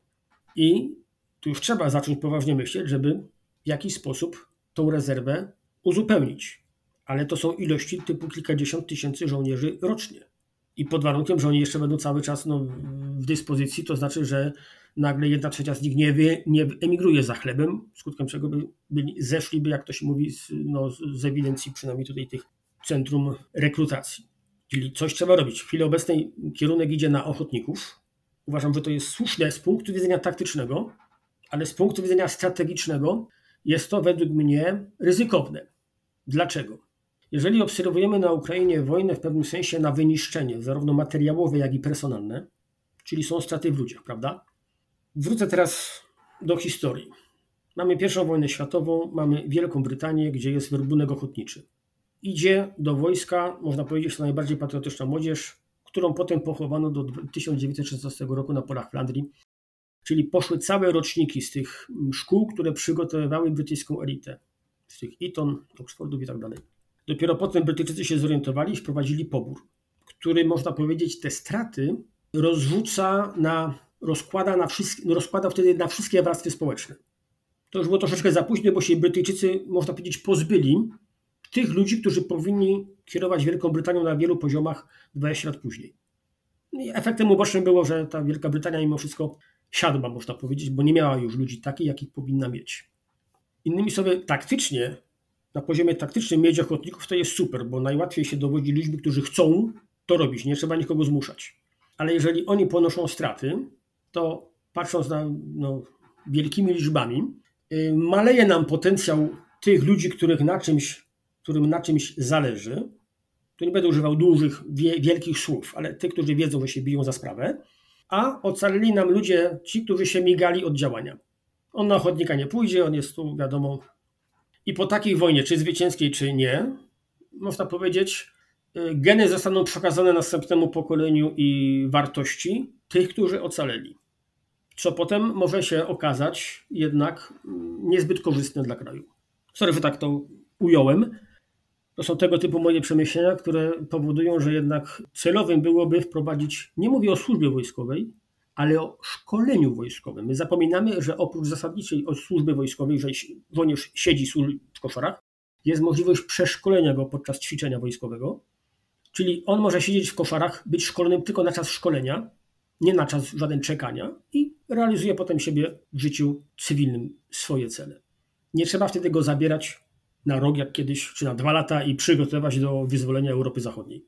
I tu już trzeba zacząć poważnie myśleć, żeby w jakiś sposób tą rezerwę uzupełnić. Ale to są ilości typu kilkadziesiąt tysięcy żołnierzy rocznie. I pod warunkiem, że oni jeszcze będą cały czas no, w dyspozycji, to znaczy, że nagle jedna trzecia z nich nie, wie, nie emigruje za chlebem, skutkiem czego by byli, zeszliby, jak to się mówi, z, no, z ewidencji przynajmniej tutaj tych centrum rekrutacji. Czyli coś trzeba robić. W chwili obecnej kierunek idzie na ochotników. Uważam, że to jest słuszne z punktu widzenia taktycznego, ale z punktu widzenia strategicznego jest to według mnie ryzykowne. Dlaczego? Jeżeli obserwujemy na Ukrainie wojnę w pewnym sensie na wyniszczenie, zarówno materiałowe, jak i personalne, czyli są straty w ludziach, prawda? Wrócę teraz do historii. Mamy pierwszą wojnę światową, mamy Wielką Brytanię, gdzie jest werbunek ochotniczy. Idzie do wojska, można powiedzieć, najbardziej patriotyczna młodzież, którą potem pochowano do tysiąc dziewięćset szesnastego roku na polach Flandrii. Czyli poszły całe roczniki z tych szkół, które przygotowywały brytyjską elitę. Z tych Eton, Oxfordów i tak dalej. Dopiero potem Brytyjczycy się zorientowali i wprowadzili pobór, który, można powiedzieć, te straty rozrzuca na, rozkłada, na wszystkie, rozkłada wtedy na wszystkie warstwy społeczne. To już było troszeczkę za późno, bo się Brytyjczycy, można powiedzieć, pozbyli tych ludzi, którzy powinni kierować Wielką Brytanią na wielu poziomach dwadzieścia lat później. I efektem ubocznym było, że ta Wielka Brytania mimo wszystko siadła, można powiedzieć, bo nie miała już ludzi takich, jakich powinna mieć. Innymi słowy, taktycznie, na poziomie taktycznym mieć ochotników to jest super, bo najłatwiej się dowodzi ludźmi, którzy chcą to robić, nie trzeba nikogo zmuszać. Ale jeżeli oni ponoszą straty, to patrząc na no, wielkimi liczbami, yy, maleje nam potencjał tych ludzi, których na czymś, którym na czymś zależy. Tu nie będę używał dużych, wie, wielkich słów, ale tych, którzy wiedzą, że się biją za sprawę, a ocalili nam ludzie, ci, którzy się migali od działania. On na ochotnika nie pójdzie, on jest tu, wiadomo. I po takiej wojnie, czy zwycięskiej, czy nie, można powiedzieć, geny zostaną przekazane następnemu pokoleniu i wartości tych, którzy ocaleli. Co potem może się okazać jednak niezbyt korzystne dla kraju. Sorry, że tak to ująłem. To są tego typu moje przemyślenia, które powodują, że jednak celowym byłoby wprowadzić, nie mówię o służbie wojskowej, ale o szkoleniu wojskowym. My zapominamy, że oprócz zasadniczej służby wojskowej, że żołnierz siedzi w koszarach, jest możliwość przeszkolenia go podczas ćwiczenia wojskowego. Czyli on może siedzieć w koszarach, być szkolonym tylko na czas szkolenia, nie na czas żaden czekania i realizuje potem siebie w życiu cywilnym swoje cele. Nie trzeba wtedy go zabierać na rok jak kiedyś, czy na dwa lata i przygotować do wyzwolenia Europy Zachodniej.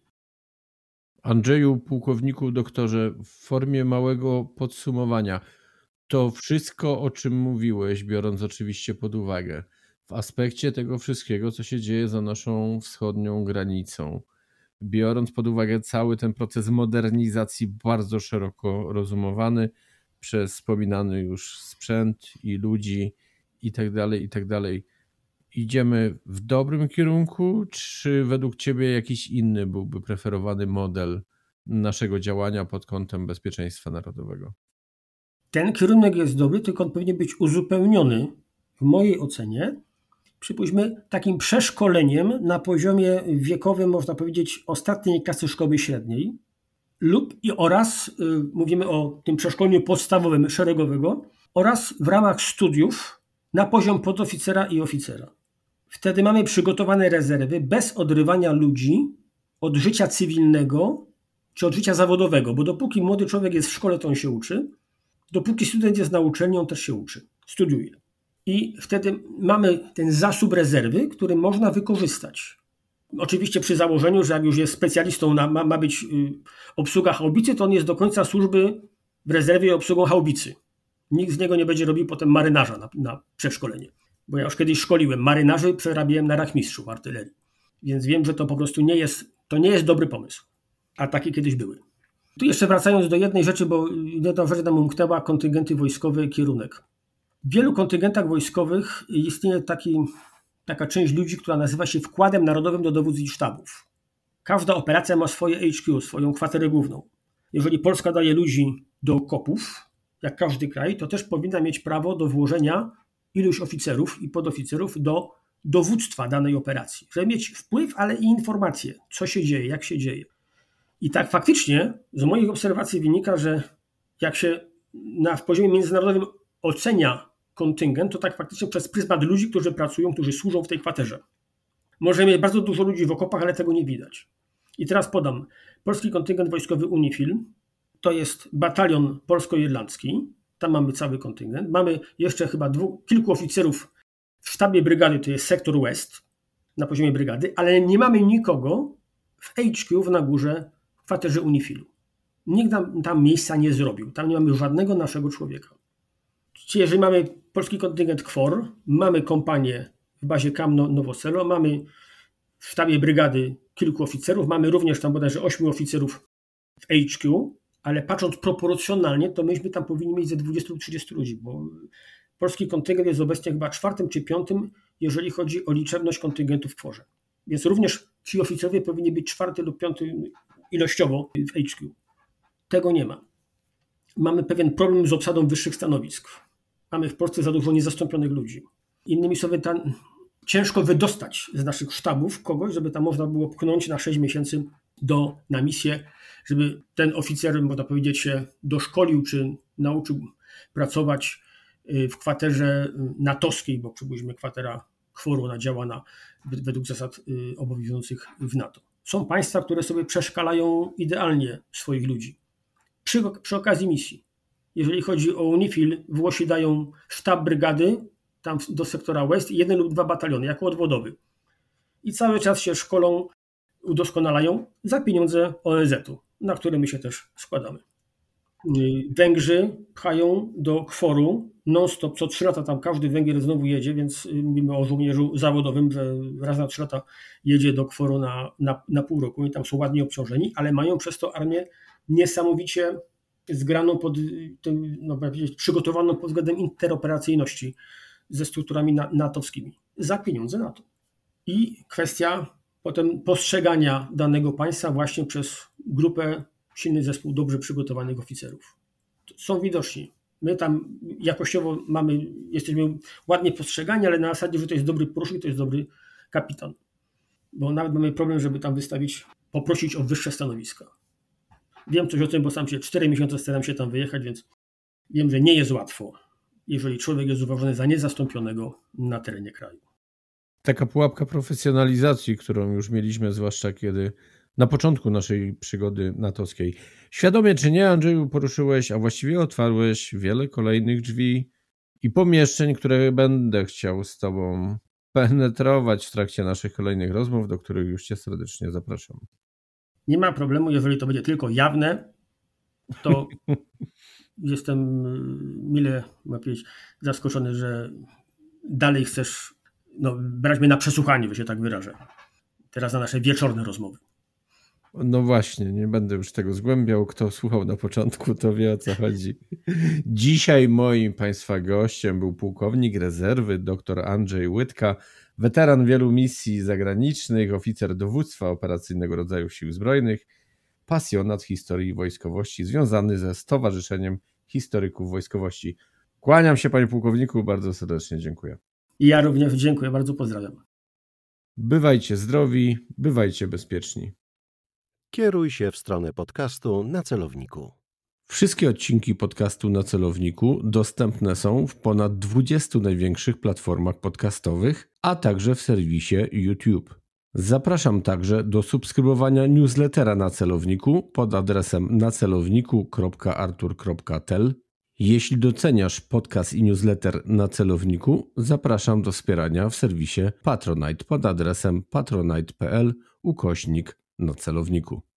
Andrzeju, pułkowniku, doktorze, w formie małego podsumowania, to wszystko, o czym mówiłeś, biorąc oczywiście pod uwagę, w aspekcie tego wszystkiego, co się dzieje za naszą wschodnią granicą, biorąc pod uwagę cały ten proces modernizacji bardzo szeroko rozumowany przez wspominany już sprzęt i ludzi i tak dalej, i tak dalej, idziemy w dobrym kierunku, czy według Ciebie jakiś inny byłby preferowany model naszego działania pod kątem bezpieczeństwa narodowego? Ten kierunek jest dobry, tylko on powinien być uzupełniony, w mojej ocenie, przypuśćmy, takim przeszkoleniem na poziomie wiekowym, można powiedzieć, ostatniej klasy szkoły średniej lub i oraz, y, mówimy o tym przeszkoleniu podstawowym szeregowego, oraz w ramach studiów na poziom podoficera i oficera. Wtedy mamy przygotowane rezerwy bez odrywania ludzi od życia cywilnego czy od życia zawodowego, bo dopóki młody człowiek jest w szkole, to on się uczy, dopóki student jest na uczelni, on też się uczy, studiuje. I wtedy mamy ten zasób rezerwy, który można wykorzystać. Oczywiście przy założeniu, że jak już jest specjalistą, na, ma, ma być y, obsługa haubicy, to on jest do końca służby w rezerwie obsługą haubicy. Nikt z niego nie będzie robił potem marynarza na, na przeszkolenie. Bo ja już kiedyś szkoliłem marynarzy, przerabiałem na rachmistrzów artylerii. Więc wiem, że to po prostu nie jest, to nie jest dobry pomysł. A takie kiedyś były. Tu jeszcze wracając do jednej rzeczy, bo jedna rzecz nam umknęła, kontyngenty wojskowe, kierunek. W wielu kontyngentach wojskowych istnieje taki, taka część ludzi, która nazywa się Wkładem Narodowym do Dowództw i Sztabów. Każda operacja ma swoje H Q, swoją kwaterę główną. Jeżeli Polska daje ludzi do okopów, jak każdy kraj, to też powinna mieć prawo do włożenia iluś oficerów i podoficerów do dowództwa danej operacji, żeby mieć wpływ, ale i informacje, co się dzieje, jak się dzieje. I tak faktycznie z moich obserwacji wynika, że jak się na w poziomie międzynarodowym ocenia kontyngent, to tak faktycznie przez pryzmat ludzi, którzy pracują, którzy służą w tej kwaterze. Może mieć bardzo dużo ludzi w okopach, ale tego nie widać. I teraz podam. Polski kontyngent wojskowy UNIFIL to jest batalion polsko-irlandzki. Tam mamy cały kontyngent. Mamy jeszcze chyba dwóch, kilku oficerów w sztabie brygady, to jest sektor West na poziomie brygady, ale nie mamy nikogo w H Q na górze w kwaterze UNIFIL-u. Nikt nam tam miejsca nie zrobił. Tam nie mamy żadnego naszego człowieka. Czyli jeżeli mamy polski kontyngent K F O R, mamy kompanię w bazie K A M Nowo Selo, mamy w sztabie brygady kilku oficerów, mamy również tam bodajże ośmiu oficerów w H Q, ale patrząc proporcjonalnie, to myśmy tam powinni mieć ze dwudziestu do trzydziestu ludzi, bo polski kontyngent jest obecnie chyba czwartym czy piątym, jeżeli chodzi o liczebność kontyngentów w K F O R-ze. Więc również ci oficerowie powinni być czwarty lub piąty ilościowo w H Q. Tego nie ma. Mamy pewien problem z obsadą wyższych stanowisk. Mamy w Polsce za dużo niezastąpionych ludzi. Innymi słowy, tam ciężko wydostać z naszych sztabów kogoś, żeby tam można było pchnąć na sześć miesięcy do, na misję, żeby ten oficer, można powiedzieć, się doszkolił czy nauczył pracować w kwaterze natowskiej, bo przypuśćmy kwatera K F O R-u, ona działa na, według zasad obowiązujących w NATO. Są państwa, które sobie przeszkalają idealnie swoich ludzi. Przy, przy okazji misji. Jeżeli chodzi o UNIFIL, Włosi dają sztab brygady tam do sektora West i jeden lub dwa bataliony jako odwodowy. I cały czas się szkolą, udoskonalają za pieniądze O N Z-u, na które my się też składamy. Węgrzy pchają do K F O R-u non-stop, co trzy lata tam każdy Węgier znowu jedzie, więc mówimy o żołnierzu zawodowym, że raz na trzy lata jedzie do K F O R-u na, na, na pół roku i tam są ładnie obciążeni, ale mają przez to armię niesamowicie zgraną, pod tym, no, powiedzieć, przygotowaną pod względem interoperacyjności ze strukturami natowskimi za pieniądze NATO. I kwestia potem postrzegania danego państwa właśnie przez grupę, silny zespół dobrze przygotowanych oficerów. Są widoczni. My tam jakościowo mamy, jesteśmy ładnie postrzegani, ale na zasadzie, że to jest dobry porucznik, to jest dobry kapitan. Bo nawet mamy problem, żeby tam wystawić, poprosić o wyższe stanowiska. Wiem coś o tym, bo sam się cztery miesiące staram się tam wyjechać, więc wiem, że nie jest łatwo, jeżeli człowiek jest uważany za niezastąpionego na terenie kraju. Taka pułapka profesjonalizacji, którą już mieliśmy, zwłaszcza kiedy na początku naszej przygody natowskiej. Świadomie czy nie, Andrzeju, poruszyłeś, a właściwie otwarłeś wiele kolejnych drzwi i pomieszczeń, które będę chciał z Tobą penetrować w trakcie naszych kolejnych rozmów, do których już Cię serdecznie zapraszam. Nie ma problemu, jeżeli to będzie tylko jawne, to jestem mile, można powiedzieć, zaskoczony, że dalej chcesz no, brać mnie na przesłuchanie, że się tak wyrażę. Teraz na nasze wieczorne rozmowy. No właśnie, nie będę już tego zgłębiał. Kto słuchał na początku, to wie, o co chodzi. Dzisiaj moim Państwa gościem był pułkownik rezerwy dr Andrzej Łydka, weteran wielu misji zagranicznych, oficer dowództwa operacyjnego rodzajów Sił Zbrojnych, pasjonat historii wojskowości związany ze Stowarzyszeniem Historyków Wojskowości. Kłaniam się, panie pułkowniku, bardzo serdecznie dziękuję. I ja również dziękuję, bardzo pozdrawiam. Bywajcie zdrowi, bywajcie bezpieczni. Kieruj się w stronę podcastu na celowniku. Wszystkie odcinki podcastu na celowniku dostępne są w ponad dwudziestu największych platformach podcastowych, a także w serwisie YouTube. Zapraszam także do subskrybowania newslettera na celowniku pod adresem nacelowniku kropka artur kropka tel. Jeśli doceniasz podcast i newsletter na celowniku, zapraszam do wspierania w serwisie Patronite pod adresem patronite kropka pl ukośnik na celowniku.